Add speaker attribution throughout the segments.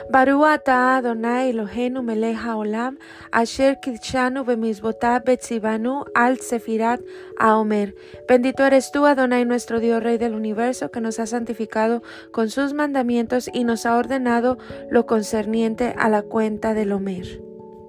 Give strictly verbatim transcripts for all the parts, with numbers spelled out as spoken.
Speaker 1: Baru ata Adonai Eloheinu melech haolam, asher kidshanu bemizvotav betzivanu al sefirat haomer. Bendito eres tú, Adonai, nuestro Dios, Rey del universo, que nos ha santificado con sus mandamientos y nos ha ordenado lo concerniente a la cuenta del Omer.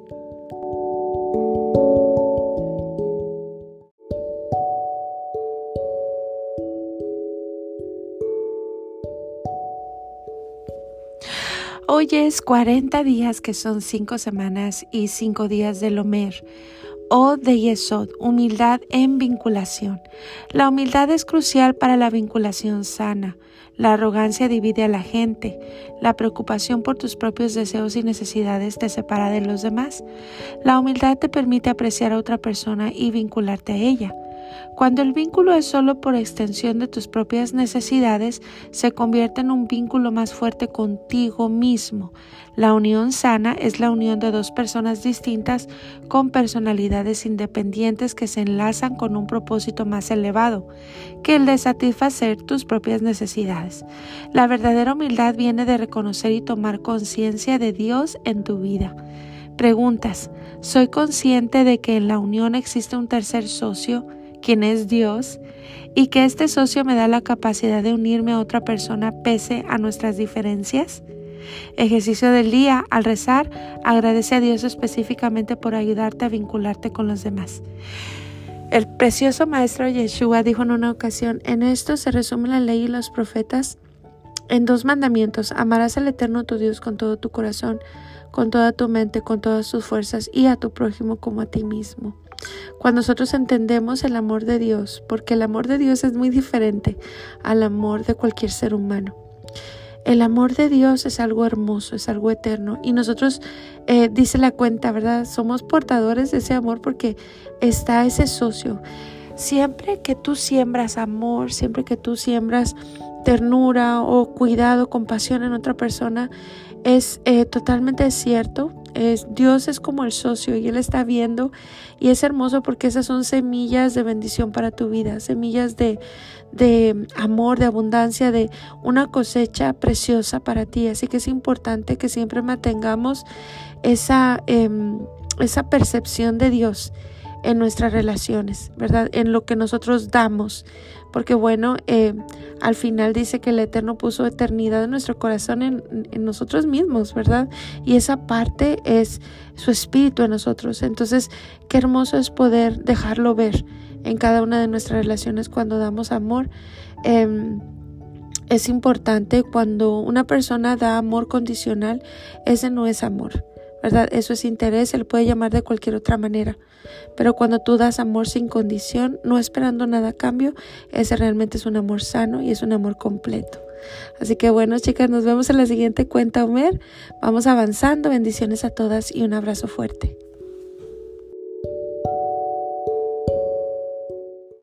Speaker 1: Hoy es cuarenta días, que son cinco semanas y cinco días del Omer, o de Yesod, humildad en vinculación. La humildad es crucial para la vinculación sana. La arrogancia divide a la gente. La preocupación por tus propios deseos y necesidades te separa de los demás. La humildad te permite apreciar a otra persona y vincularte a ella. Cuando el vínculo es solo por extensión de tus propias necesidades, se convierte en un vínculo más fuerte contigo mismo. La unión sana es la unión de dos personas distintas con personalidades independientes que se enlazan con un propósito más elevado, que el de satisfacer tus propias necesidades. La verdadera humildad viene de reconocer y tomar conciencia de Dios en tu vida. Preguntas: ¿soy consciente de que en la unión existe un tercer socio, quien es Dios, y que este socio me da la capacidad de unirme a otra persona pese a nuestras diferencias? Ejercicio del día: al rezar, agradece a Dios específicamente por ayudarte a vincularte con los demás. El precioso maestro Yeshua dijo en una ocasión: en esto se resume la ley y los profetas en dos mandamientos: amarás al Eterno tu Dios con todo tu corazón, con toda tu mente, con todas tus fuerzas, y a tu prójimo como a ti mismo. Cuando nosotros entendemos el amor de Dios, porque el amor de Dios es muy diferente al amor de cualquier ser humano. El amor de Dios es algo hermoso, es algo eterno, y nosotros, eh, dice la cuenta, ¿verdad? Somos portadores de ese amor porque está ese socio. Siempre que tú siembras amor, siempre que tú siembras ternura o cuidado, compasión en otra persona, es eh, totalmente cierto. Es, Dios es como el socio y Él está viendo, y es hermoso porque esas son semillas de bendición para tu vida, semillas de, de amor, de abundancia, de una cosecha preciosa para ti. Así que es importante que siempre mantengamos esa, eh, esa percepción de Dios en nuestras relaciones, ¿verdad? En lo que nosotros damos, porque bueno, eh, al final dice que el Eterno puso eternidad en nuestro corazón, en, en nosotros mismos, ¿verdad? Y esa parte es su espíritu en nosotros. Entonces, qué hermoso es poder dejarlo ver en cada una de nuestras relaciones cuando damos amor. Eh, es importante cuando una persona da amor condicional, ese no es amor, ¿verdad? Eso es interés, se le puede llamar de cualquier otra manera. Pero cuando tú das amor sin condición, no esperando nada a cambio, ese realmente es un amor sano y es un amor completo. Así que bueno, chicas, nos vemos en la siguiente cuenta Omer. Vamos avanzando. Bendiciones a todas y un abrazo fuerte.